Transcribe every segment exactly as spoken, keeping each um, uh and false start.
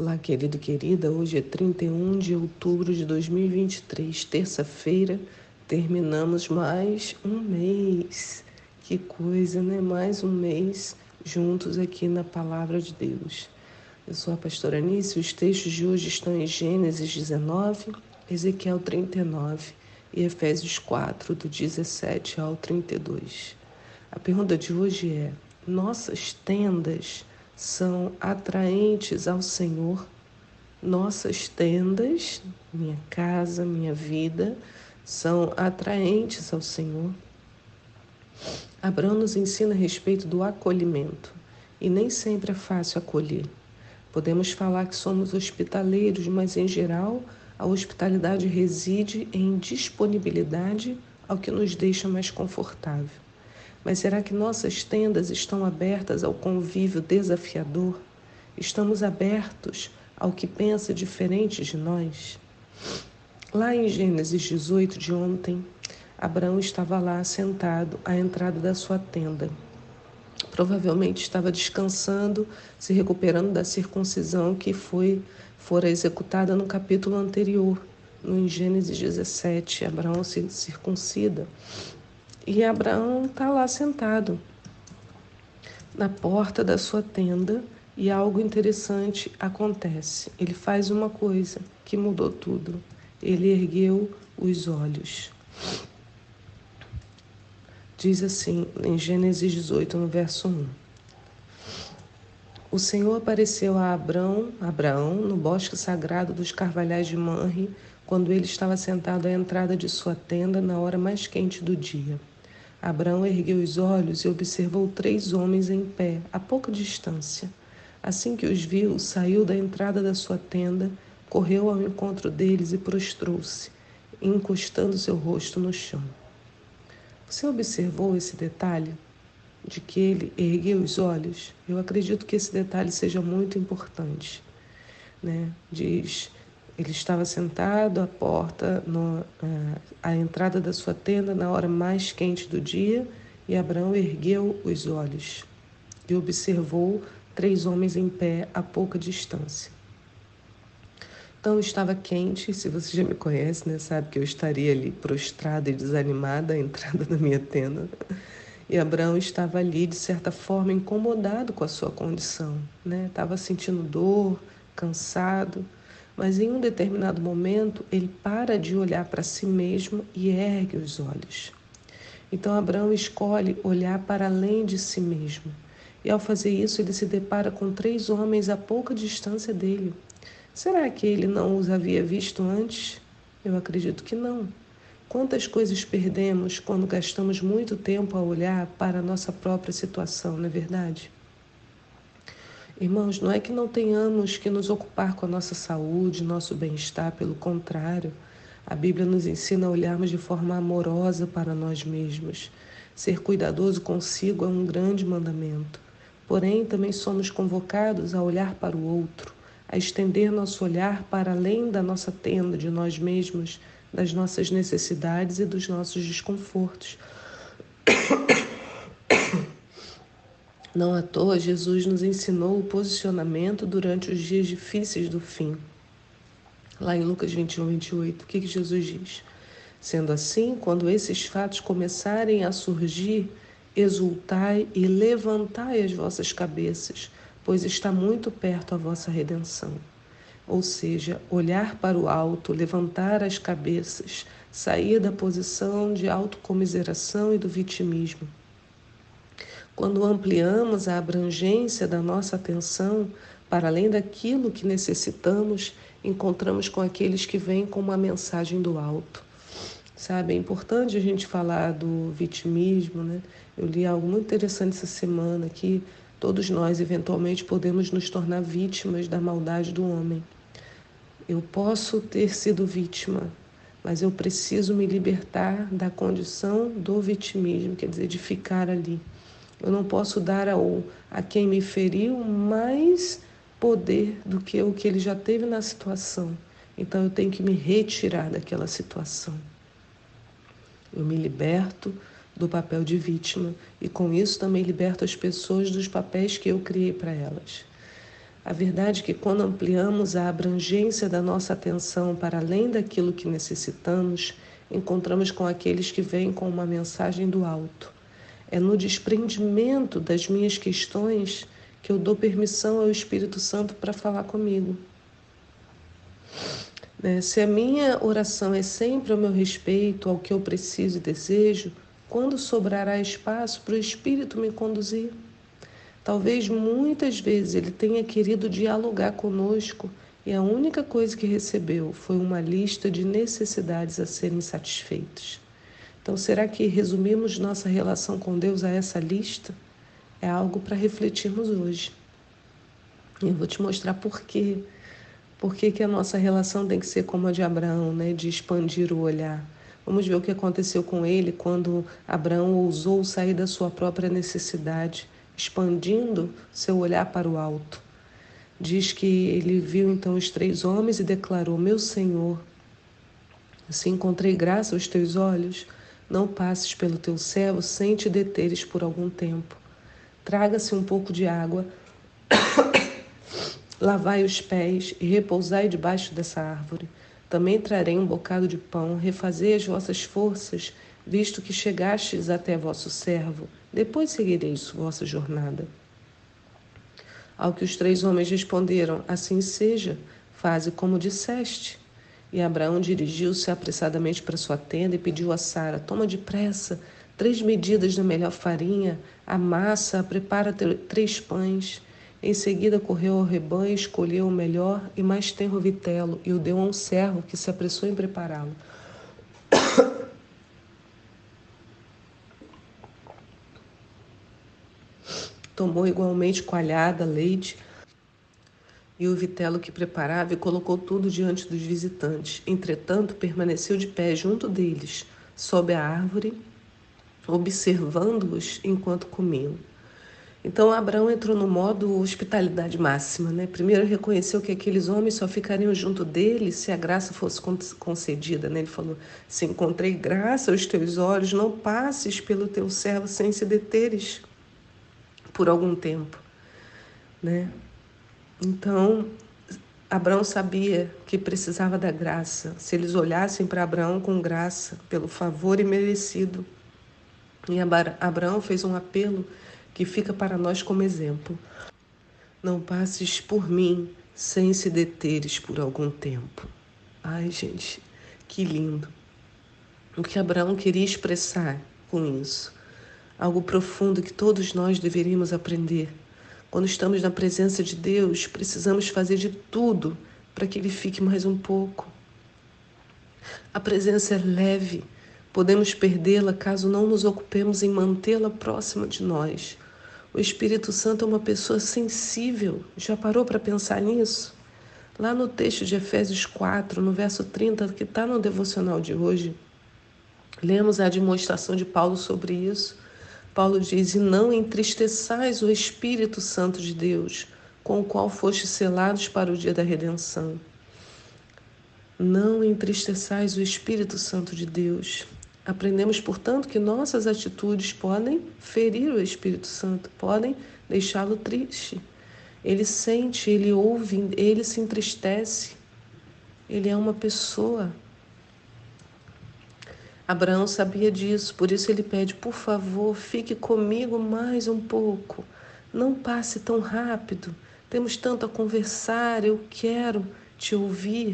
Olá, querido e querida. Hoje é trinta e um de outubro de dois mil e vinte e três, terça-feira. Terminamos mais um mês. Que coisa, né? Mais um mês juntos aqui na Palavra de Deus. Eu sou a pastora Anice. Os textos de hoje estão em Gênesis dezenove, Ezequiel trinta e nove e Efésios quatro, do dezessete ao trinta e dois. A pergunta de hoje é: nossas tendas são atraentes ao Senhor? Nossas tendas, minha casa, minha vida, são atraentes ao Senhor? Abraão nos ensina a respeito do acolhimento, e nem sempre é fácil acolher. Podemos falar que somos hospitaleiros, mas em geral a hospitalidade reside em disponibilidade ao que nos deixa mais confortável. Mas será que nossas tendas estão abertas ao convívio desafiador? Estamos abertos ao que pensa diferente de nós? Lá em Gênesis dezoito de ontem, Abraão estava lá sentado à entrada da sua tenda. Provavelmente estava descansando, se recuperando da circuncisão que foi fora executada no capítulo anterior. No em Gênesis dezessete, Abraão se circuncida. E Abraão está lá sentado na porta da sua tenda e algo interessante acontece. Ele faz uma coisa que mudou tudo. Ele ergueu os olhos. Diz assim em Gênesis dezoito, no verso um. O Senhor apareceu a Abrão, Abraão no bosque sagrado dos carvalhais de Manre, quando ele estava sentado à entrada de sua tenda na hora mais quente do dia. Abraão ergueu os olhos e observou três homens em pé, a pouca distância. Assim que os viu, saiu da entrada da sua tenda, correu ao encontro deles e prostrou-se, encostando seu rosto no chão. Você observou esse detalhe de que ele ergueu os olhos? Eu acredito que esse detalhe seja muito importante, né? Diz... Ele estava sentado à porta, no, à entrada da sua tenda, na hora mais quente do dia, e Abraão ergueu os olhos e observou três homens em pé a pouca distância. Então estava quente, se você já me conhece, né, sabe que eu estaria ali prostrada e desanimada à entrada da minha tenda. E Abraão estava ali, de certa forma, incomodado com a sua condição, né? Estava sentindo dor, cansado. Mas em um determinado momento, ele para de olhar para si mesmo e ergue os olhos. Então, Abraão escolhe olhar para além de si mesmo. E ao fazer isso, ele se depara com três homens a pouca distância dele. Será que ele não os havia visto antes? Eu acredito que não. Quantas coisas perdemos quando gastamos muito tempo a olhar para a nossa própria situação, não é verdade? Irmãos, não é que não tenhamos que nos ocupar com a nossa saúde, nosso bem-estar, pelo contrário. A Bíblia nos ensina a olharmos de forma amorosa para nós mesmos. Ser cuidadoso consigo é um grande mandamento. Porém, também somos convocados a olhar para o outro, a estender nosso olhar para além da nossa tenda, de nós mesmos, das nossas necessidades e dos nossos desconfortos. Não à toa, Jesus nos ensinou o posicionamento durante os dias difíceis do fim. Lá em Lucas vinte e um, vinte e oito, o que, que Jesus diz? Sendo assim, quando esses fatos começarem a surgir, exultai e levantai as vossas cabeças, pois está muito perto a vossa redenção. Ou seja, olhar para o alto, levantar as cabeças, sair da posição de autocomiseração e do vitimismo. Quando ampliamos a abrangência da nossa atenção para além daquilo que necessitamos, encontramos com aqueles que vêm com uma mensagem do alto. Sabe, é importante a gente falar do vitimismo, né? Eu li algo muito interessante essa semana, que todos nós eventualmente podemos nos tornar vítimas da maldade do homem. Eu posso ter sido vítima, mas eu preciso me libertar da condição do vitimismo, quer dizer, de ficar ali. Eu não posso dar ao, a quem me feriu mais poder do que o que ele já teve na situação. Então eu tenho que me retirar daquela situação. Eu me liberto do papel de vítima e com isso também liberto as pessoas dos papéis que eu criei para elas. A verdade é que quando ampliamos a abrangência da nossa atenção para além daquilo que necessitamos, encontramos com aqueles que vêm com uma mensagem do alto. É no desprendimento das minhas questões que eu dou permissão ao Espírito Santo para falar comigo. Se a minha oração é sempre ao meu respeito, ao que eu preciso e desejo, quando sobrará espaço para o Espírito me conduzir? Talvez muitas vezes ele tenha querido dialogar conosco e a única coisa que recebeu foi uma lista de necessidades a serem satisfeitas. Então, será que resumimos nossa relação com Deus a essa lista? É algo para refletirmos hoje. E eu vou te mostrar por quê. Por que que a nossa relação tem que ser como a de Abraão, né? De expandir o olhar. Vamos ver o que aconteceu com ele quando Abraão ousou sair da sua própria necessidade, expandindo seu olhar para o alto. Diz que ele viu então os três homens e declarou: meu Senhor, se encontrei graça aos teus olhos, não passes pelo teu servo sem te deteres por algum tempo. Traga-se um pouco de água, lavai os pés e repousai debaixo dessa árvore. Também trarei um bocado de pão, refazei as vossas forças, visto que chegastes até vosso servo. Depois seguireis vossa jornada. Ao que os três homens responderam: assim seja, faze como disseste. E Abraão dirigiu-se apressadamente para sua tenda e pediu a Sara: toma depressa três medidas da melhor farinha, amassa, prepara três pães. Em seguida correu ao rebanho, escolheu o melhor e mais tenro vitelo e o deu a um servo que se apressou em prepará-lo. Tomou igualmente coalhada, leite e o vitelo que preparava e colocou tudo diante dos visitantes. Entretanto, permaneceu de pé junto deles, sob a árvore, observando-os enquanto comiam. Então, Abraão entrou no modo hospitalidade máxima, né? Primeiro reconheceu que aqueles homens só ficariam junto dele se a graça fosse concedida, né? Ele falou: se encontrei graça aos teus olhos, não passes pelo teu servo sem se deteres por algum tempo, né? Então, Abraão sabia que precisava da graça. Se eles olhassem para Abraão com graça, pelo favor imerecido. E Abraão fez um apelo que fica para nós como exemplo. Não passes por mim sem se deteres por algum tempo. Ai, gente, que lindo. O que Abraão queria expressar com isso? Algo profundo que todos nós deveríamos aprender. Quando estamos na presença de Deus, precisamos fazer de tudo para que Ele fique mais um pouco. A presença é leve. Podemos perdê-la caso não nos ocupemos em mantê-la próxima de nós. O Espírito Santo é uma pessoa sensível. Já parou para pensar nisso? Lá no texto de Efésios quatro, no verso trinta, que está no devocional de hoje, lemos a demonstração de Paulo sobre isso. Paulo diz: e não entristeçais o Espírito Santo de Deus, com o qual fostes selados para o dia da redenção. Não entristeçais o Espírito Santo de Deus. Aprendemos, portanto, que nossas atitudes podem ferir o Espírito Santo, podem deixá-lo triste. Ele sente, ele ouve, ele se entristece. Ele é uma pessoa. Abraão sabia disso, por isso ele pede: por favor, fique comigo mais um pouco. Não passe tão rápido. Temos tanto a conversar, eu quero te ouvir.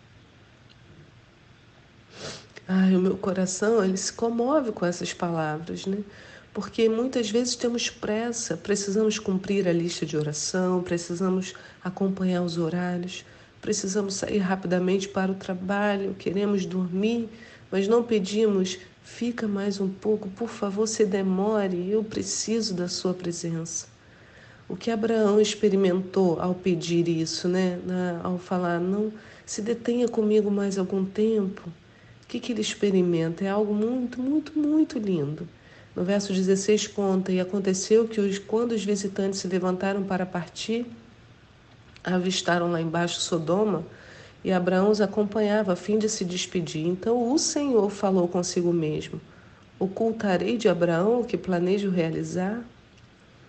Ai, o meu coração, ele se comove com essas palavras, né? Porque muitas vezes temos pressa, precisamos cumprir a lista de oração, precisamos acompanhar os horários, precisamos sair rapidamente para o trabalho, queremos dormir, mas não pedimos: fica mais um pouco, por favor, se demore, eu preciso da sua presença. O que Abraão experimentou ao pedir isso, né? Ao falar: não, se detenha comigo mais algum tempo. O que, que ele experimenta? É algo muito, muito, muito lindo. No verso dezesseis conta: e aconteceu que os, quando os visitantes se levantaram para partir, avistaram lá embaixo Sodoma, e Abraão os acompanhava a fim de se despedir. Então o Senhor falou consigo mesmo: ocultarei de Abraão o que planejo realizar?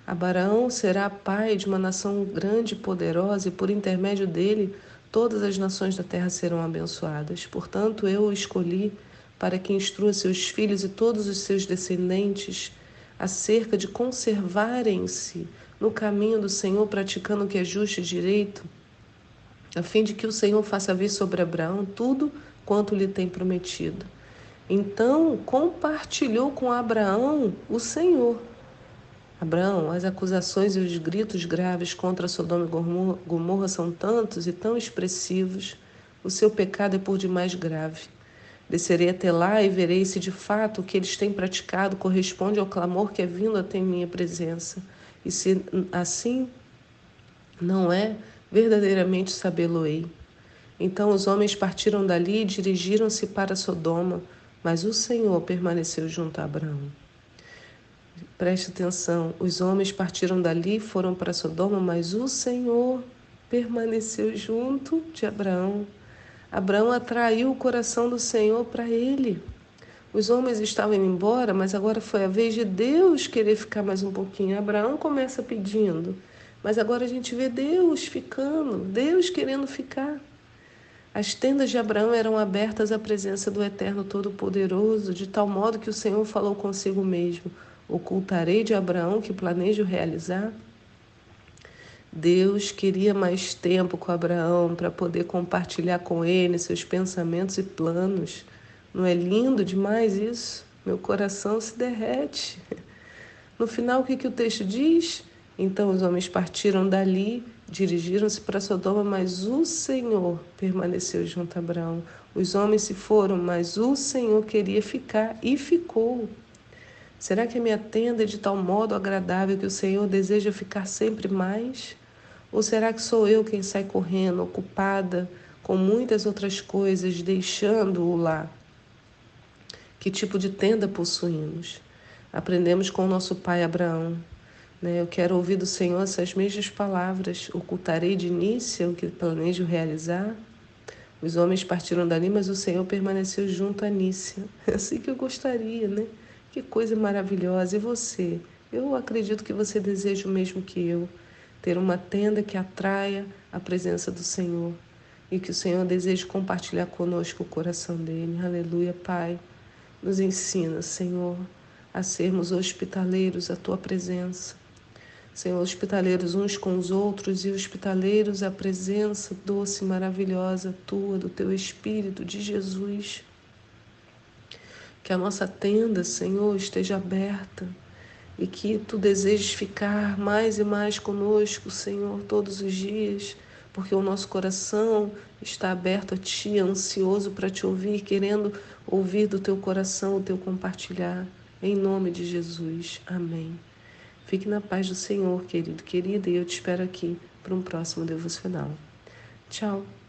Abraão será pai de uma nação grande e poderosa, e por intermédio dele todas as nações da terra serão abençoadas. Portanto, eu o escolhi para que instrua seus filhos e todos os seus descendentes acerca de conservarem-se no caminho do Senhor, praticando o que é justo e direito, a fim de que o Senhor faça vir sobre Abraão tudo quanto lhe tem prometido. Então compartilhou com Abraão o Senhor. Abraão, as acusações e os gritos graves contra Sodoma e Gomorra são tantos e tão expressivos. O seu pecado é por demais grave. Descerei até lá e verei se de fato o que eles têm praticado corresponde ao clamor que é vindo até minha presença. E se assim não é, verdadeiramente sabê-lo-ei. Então os homens partiram dali e dirigiram-se para Sodoma, mas o Senhor permaneceu junto a Abraão. Preste atenção, os homens partiram dali e foram para Sodoma, mas o Senhor permaneceu junto de Abraão. Abraão atraiu o coração do Senhor para ele. Os homens estavam indo embora, mas agora foi a vez de Deus querer ficar mais um pouquinho. Abraão começa pedindo, mas agora a gente vê Deus ficando, Deus querendo ficar. As tendas de Abraão eram abertas à presença do Eterno Todo-Poderoso, de tal modo que o Senhor falou consigo mesmo: ocultarei de Abraão o que planejo realizar? Deus queria mais tempo com Abraão para poder compartilhar com ele seus pensamentos e planos. Não é lindo demais isso? Meu coração se derrete. No final, o que, que o texto diz? Então os homens partiram dali, dirigiram-se para Sodoma, mas o Senhor permaneceu junto a Abraão. Os homens se foram, mas o Senhor queria ficar e ficou. Será que a minha tenda é de tal modo agradável que o Senhor deseja ficar sempre mais? Ou será que sou eu quem sai correndo, ocupada com muitas outras coisas, deixando-o lá? Que tipo de tenda possuímos? Aprendemos com o nosso pai Abraão. Né? Eu quero ouvir do Senhor essas mesmas palavras. Ocultarei de início o que planejo realizar? Os homens partiram dali, mas o Senhor permaneceu junto a Nícia. É assim que eu gostaria, né? Que coisa maravilhosa. E você? Eu acredito que você deseja o mesmo que eu. Ter uma tenda que atraia a presença do Senhor. E que o Senhor deseja compartilhar conosco o coração dele. Aleluia, Pai. Nos ensina, Senhor, a sermos hospitaleiros à Tua presença. Senhor, hospitaleiros uns com os outros e hospitaleiros à presença doce e maravilhosa Tua, do Teu Espírito, de Jesus. Que a nossa tenda, Senhor, esteja aberta e que Tu desejes ficar mais e mais conosco, Senhor, todos os dias, porque o nosso coração está aberto a Ti, ansioso para Te ouvir, querendo ouvir do Teu coração o Teu compartilhar. Em nome de Jesus. Amém. Fique na paz do Senhor, querido, querida, e eu te espero aqui para um próximo devocional. Tchau.